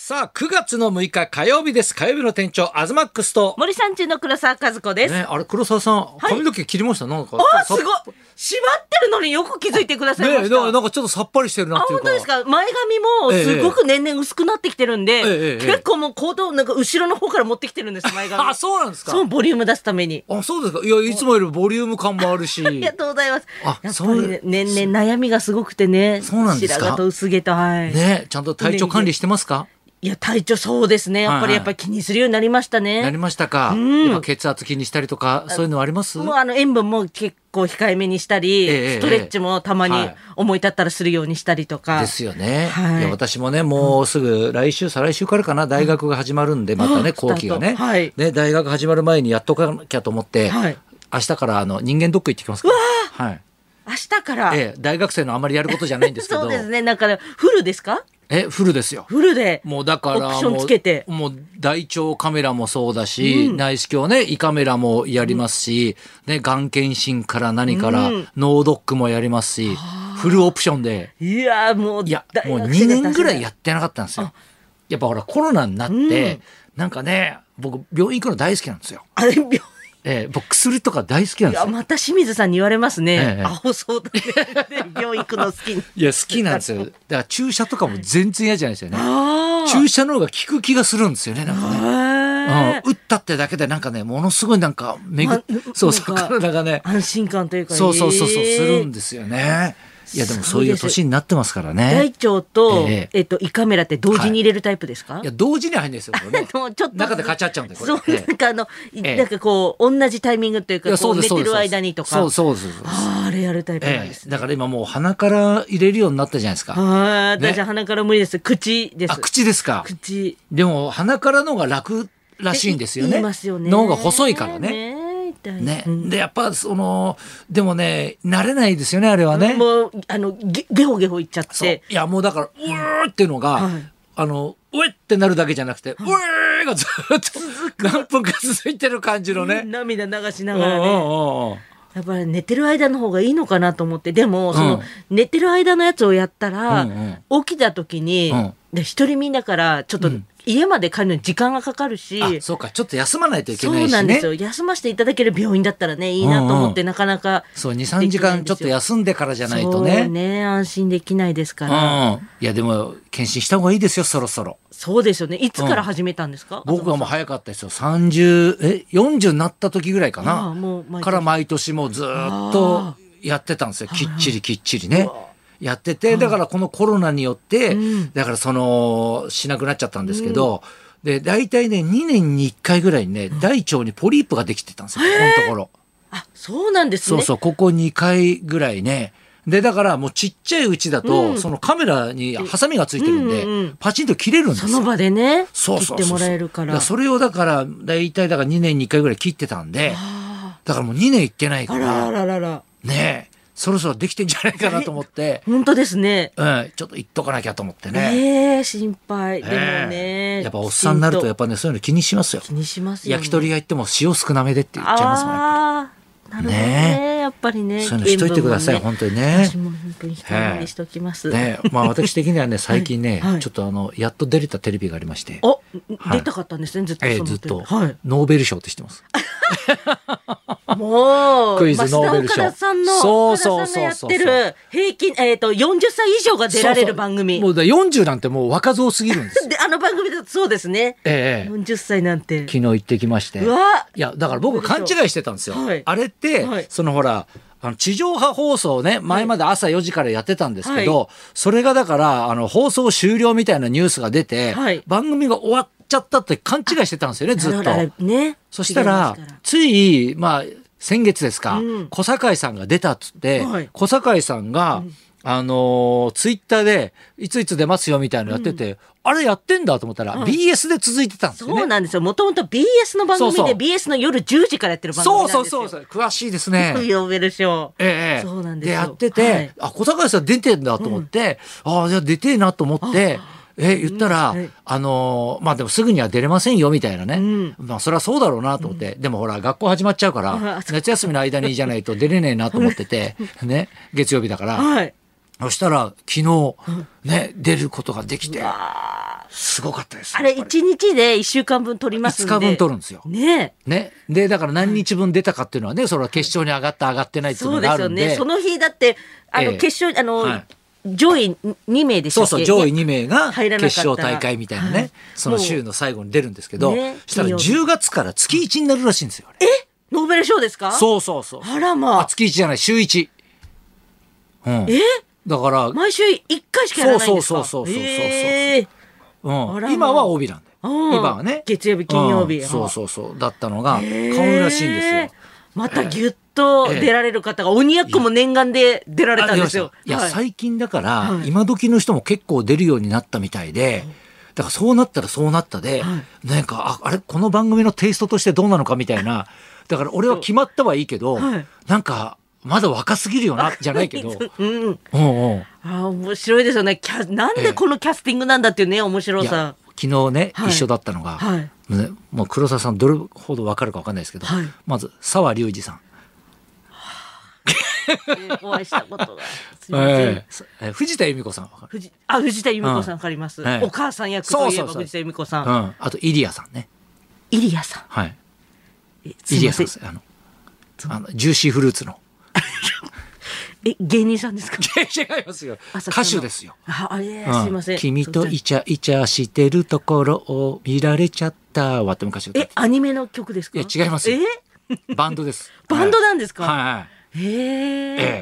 さあ9月の6日火曜日です。火曜日の店長アズマックスと森さん中の黒沢和子です。 ね、あれ黒沢さん、髪の毛切りました。なんかあ、すごい。縛ってるのによく気づいてくださいました。 ね、なんかちょっとさっぱりしてるなっていうか。 本当ですか。前髪もすごく年々薄くなってきてるんで、結構もう行動なんか後ろの方から持ってきてるんです前髪。 あ、そうなんですか。 そうボリューム出すために。 あ、そうですか。いや、いつもよりボリューム感もあるし。 ありがとうございます。 あ、 やっぱり、ね、年々悩みがすごくてね。 そうなんですか。 白髪と薄毛と、はい。 ね、ちゃんと体調管理してますか。 いや体調そうですね。やっぱり気にするようになりましたね。 なりましたか。やっぱ血圧気にしたりとかそういうのあります？ もう塩分も結構控えめにしたり、ストレッチもたまに思い立ったらするようにしたりとか。 ですよね。いや私もねもうすぐ来週再来週からかな大学が始まるんでまたね後期がね。ね大学始まる前にやっとかなきゃと思って、明日から人間ドック行ってきますから。はい。 明日から。 大学生のあんまりやることじゃないんですけど。 そうですね。なんかフルですか？ フルですよ。 フルでもうだからオプションつけてもう大腸カメラもそうだし、内視鏡ね胃カメラもやりますし、ねがん検診から何から、脳ドックもやりますし、フルオプションで。 いやもう 2年ぐらいやってなかったんですよ。やっぱほらコロナになって、なんかね僕病院行くの大好きなんですよ。 あれ病僕薬とか大好きなんですよ。 いやまた清水さんに言われますね。アホそうだね。病院行くの好き。 いや好きなんですよ。だから注射とかも全然嫌じゃないですよね。注射の方が効く気がするんですよね。なんかね。打ったってだけでなんかねものすごいなんかそう体がね安心感というかそうするんですよね。いやでもそういう年になってますからね。 大腸と胃カメラって同時に入れるタイプですか？ いや同時には入るんですよ。これね。 ちょっと中で買っちゃっちゃうんでこれ。 そうなんかこう同じタイミングというかこう寝てる間にとか。 そう。 あれやるタイプなんですね。 だから今もう鼻から入れるようになったじゃないですか。 私は鼻から無理です。口です。 あ口ですか。 口。 でも鼻からの方が楽らしいんですよね。 言いますよね。 脳が細いからね。ね、でやっぱでもね慣れないですよねあれはね。 もうゲホゲホいっちゃって。 いやもうだからうーっていうのが、うえってなるだけじゃなくて、うえがずっと何分か続いてる感じのね。 涙流しながらね。やっぱり寝てる間の方がいいのかなと思って。でも寝てる間のやつをやったら、起きた時に、一人身だからちょっと家まで帰るのに時間がかかるし、 そうかちょっと休まないといけないしね。 そうなんですよ。休ませていただける病院だったらねいいなと思って、なかなかそう 2,3 時間ちょっと休んでからじゃないとね。 そうね安心できないですから。 いやでも検診した方がいいですよそろそろ。 そうですよね。いつから始めたんですか？ 僕はもう早かったですよ。40になった時ぐらいかな。から毎年もうずっとやってたんですよ。きっちりね。やっててだからこのコロナによってだからしなくなっちゃったんですけど、で大体ね2年に1回ぐらいね大腸にポリープができてたんですよここのところ。 あそうなんですね。 そうここ2回ぐらいね。でだからもうちっちゃいうちだと、そのカメラにハサミがついてるんで、パチンと切れるんですよ。 その場でね切ってもらえるから。 それをだから大体だから2年に1回ぐらい切ってたんで、だからもう2年いってないから。ねえそろそろできてんじゃないかなと思って。 本当ですね。 ちょっと言っとかなきゃと思ってね。 心配。でもね。 やっぱおっさんになるとやっぱねそういうの気にしますよ。 気にしますよね。 焼き鳥屋行っても塩少なめでって言っちゃいますもんやっぱり。 なるほどね。やっぱりね。 そういうのしといてください本当にね。 私も本当に控えめにしときます。 私的にはね最近ねちょっとやっと出れたテレビがありまして。 出たかったんですねずっと。 ずっとノーベル賞って知ってます。 もうクイズノーベル賞。 そうやってる平均40歳以上が出られる番組。 もう40なんてもう若造すぎるんですよ。 で番組だとそうですね。40歳なんて。 昨日行ってきまして。いやだから僕勘違いしてたんですよ。あれってほら地上波放送ね前まで朝4時からやってたんですけど、それがだから放送終了みたいなニュースが出て、番組が終わっちゃったって勘違いしてたんですよねずっと。そしたらつい先月ですか、小堺さんが出たっつって、小堺さんが、ツイッターでいついつ出ますよみたいなのやってて、あれやってんだと思ったら、BS で続いてたんですよね。 そうなんですよ。もともと BS の番組で BS の夜10時からやってる番組なんですよ。 そう詳しいですね。 ノーベル賞。 そうなんですよ。でやってて、小堺さん出てんだと思って、じゃあ出てえなと思って。言ったら、でもすぐには出れませんよみたいなね、それはそうだろうなと思って、でもほら学校始まっちゃうから、夏休みの間にじゃないと出れねえなと思ってて、ね、月曜日だから、そしたら昨日ね出ることができて、 すごかったです。 あれ1日で1週間分取りますんで。 5日分取るんですよ。 ね。 でだから何日分出たかっていうのはね、それは決勝に上がった上がってないっていうのがあるんで。 そうですよね。その日だって決勝上位2名でしたっけ。 そう上位2名が決勝大会みたいなね、その週の最後に出るんですけど、そしたら10月から月1になるらしいんですよ。 ノーベル賞ですか。 そう。 あらまあ。 月1じゃない、週1。だから毎週1回しかやらないんですか。 そう。今は帯なんで。今はね。 月曜日金曜日。 そうだったのが変わるらしいんですよ。 またギュッと出られる方が鬼奴も念願で出られたんですよ。 いや最近だから今時の人も結構出るようになったみたいで、だからそうなったらそうなったで、なんかあれこの番組のテイストとしてどうなのかみたいな。だから俺は決まったはいいけど、なんかまだ若すぎるよなじゃないけど、 面白いですよね。なんでこのキャスティングなんだっていうね、面白さ。 昨日ね、一緒だったのが、もう黒沢さんどれほど分かるか分かんないですけど、まず沢隆二さん。 お会いしたことが。すみません。 藤田由美子さん分かる。 藤田由美子さん分かります。お母さん役といえば藤田由美子さん。 あとイリアさんね。 イリアさん。 はい。イリアさん、ジューシーフルーツの。 芸人さんですか。 違いますよ。歌手ですよ。 すいません。 君とイチャイチャしてるところを見られちゃったわって昔歌って。 アニメの曲ですか。 いや違いますよ。バンドです。 バンドなんですか。 はい。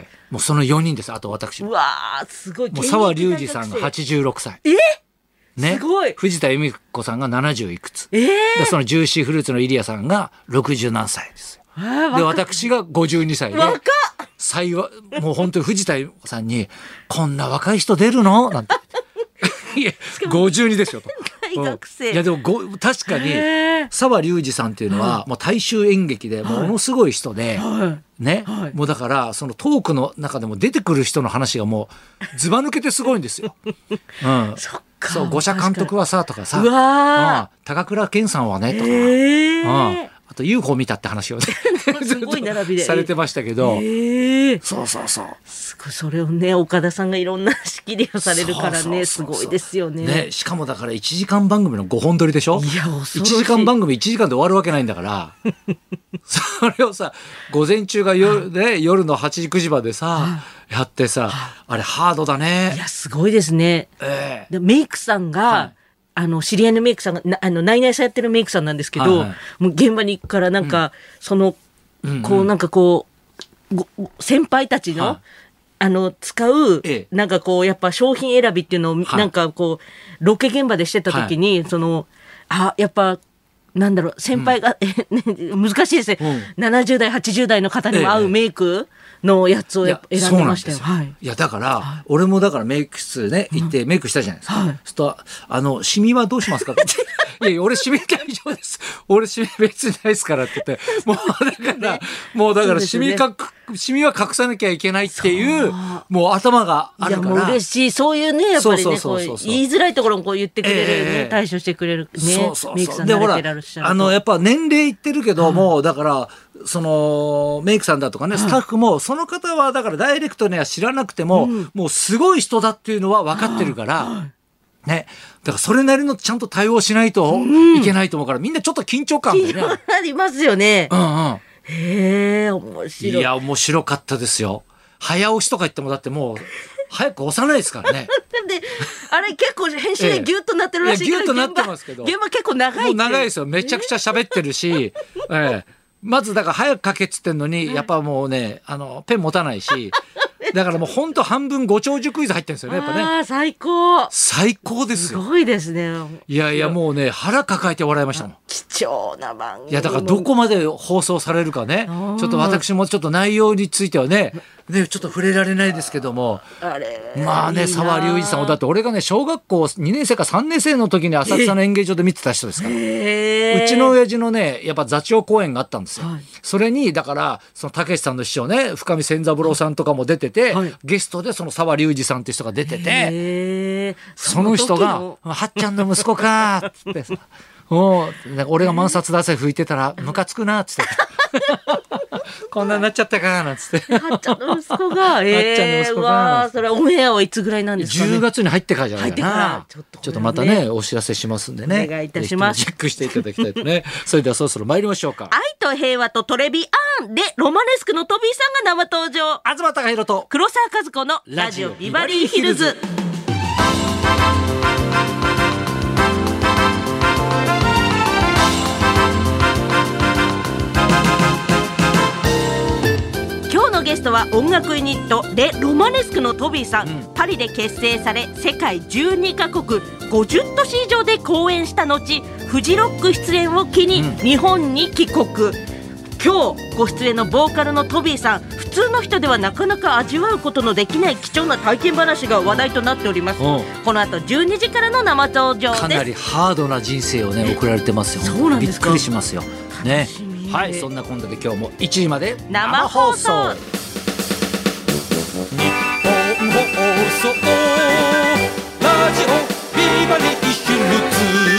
もうその4人です。あと私。 うわーすごい。 もう沢隆二さんが86歳。ね、 すごい。 藤田由美子さんが70いくつ。でそのジューシーフルーツのイリアさんが60何歳ですよ。で私が52歳で。 若っ。 もう本当に藤田由美子さんにこんな若い人出るのなんて。いや52ですよと。 大学生。 いやでも確かに沢隆二さんっていうのはもう大衆演劇でものすごい人で、ね、もうだからそのトークの中でも出てくる人の話がもうずば抜けてすごいんですよ。そう五社監督はさとかさ、高倉健さんはねとか、あと UFO 見たって話をねすごい並びでされてましたけど、そうすごい。それをね岡田さんがいろんな仕切りをされるからね、すごいですよね。 しかもだから1時間番組の5本撮りでしょ。 いや 1時間番組1時間で終わるわけないんだからそれをさ午前中が夜の8時9時までさやってさ、あれハードだね。 いやすごいですね。でメイクさんが、知り合いのメイクさんがナイナイさんやってるメイクさんなんですけど、もう現場に行くからなんか、そのこうなんかこう先輩たちの、使う、なんかこうやっぱ商品選びっていうのを、なんかこうロケ現場でしてた時に、そのやっぱなんだろう先輩が、難しいですね、70代80代の方にも合うメイクのやつを選んでましたよ。 いやだから俺もだからメイク室ね行ってメイクしたじゃないですか。そうするとシミはどうしますかっていやシミ大丈夫です。俺シミ別にないですからって言ってもうだからシミは隠さなきゃいけないっていうもう頭があるから。 いやもう嬉しい。そういうねやっぱりね言いづらいところもこう言ってくれるね、対処してくれるねメイクさん慣れてらっしゃると。 やっぱ年齢いってるけどもだからそのメイクさんだとかねスタッフもその方はだからダイレクトには知らなくても、もうすごい人だっていうのは分かってるから。ね、だからそれなりのちゃんと対応しないといけないと思うから、みんなちょっと緊張感でね。 ありますよね。へえ面白い。 いや面白かったですよ。早押しとか言ってもだってもう早く押さないですからね。 であれ結構編集でギュッとなってるらしいけど、 ギュッとなってますけど現場結構長いって。 もう長いですよ。めちゃくちゃ喋ってるし、まずだから早く書けっつってんのにやっぱもうねペン持たないし。だからもう本当半分ご長寿クイズ入ってるんですよねやっぱね。 最高ですよ。 すごいですね。 いやもうね腹抱えて笑いましたもん。 貴重な番組。 いやだからどこまで放送されるかねちょっと私もちょっと内容についてはねちょっと触れられないですけども、まあね沢隆二さんをだって俺がね小学校2年生か3年生の時に浅草の演芸場で見てた人ですから。うちの親父のねやっぱ座長公演があったんですよ。それにだからそのたけしさんの師匠ね深見千三郎さんとかも出てて、ゲストでその沢隆二さんっていう人が出てて、その人が「はっちゃんの息子か」っつってさなんか俺が満札出せ吹いてたらムカつくなっつってこんなになっちゃったかなんつってはっちゃんの息子がはっちゃんの息子がわそれオンエアはいつぐらいなんですかね。 10月に入ってからじゃないかな。 ちょっとまたねお知らせしますんでね、 お願いいたします。 チェックしていただきたいとねそれではそろそろ参りましょうか。 愛と平和とトレビアンでロマネスクのトビーさんが生登場。 東貴博と黒沢和子のラジオビバリーヒルズ。今日のゲストは音楽ユニットレ・ロマネスクのトビーさん、パリで結成され世界12カ国50都市以上で公演した後フジロック出演を機に日本に帰国、今日ご出演のボーカルのトビーさん、普通の人ではなかなか味わうことのできない貴重な体験話が話題となっております。この後12時からの生登場です。 かなりハードな人生をね送られてますよ。 そうなんですか。 びっくりしますよね。はい、そんな今度で今日も1時まで生放送。 日本放送ラジオビバリーヒルズ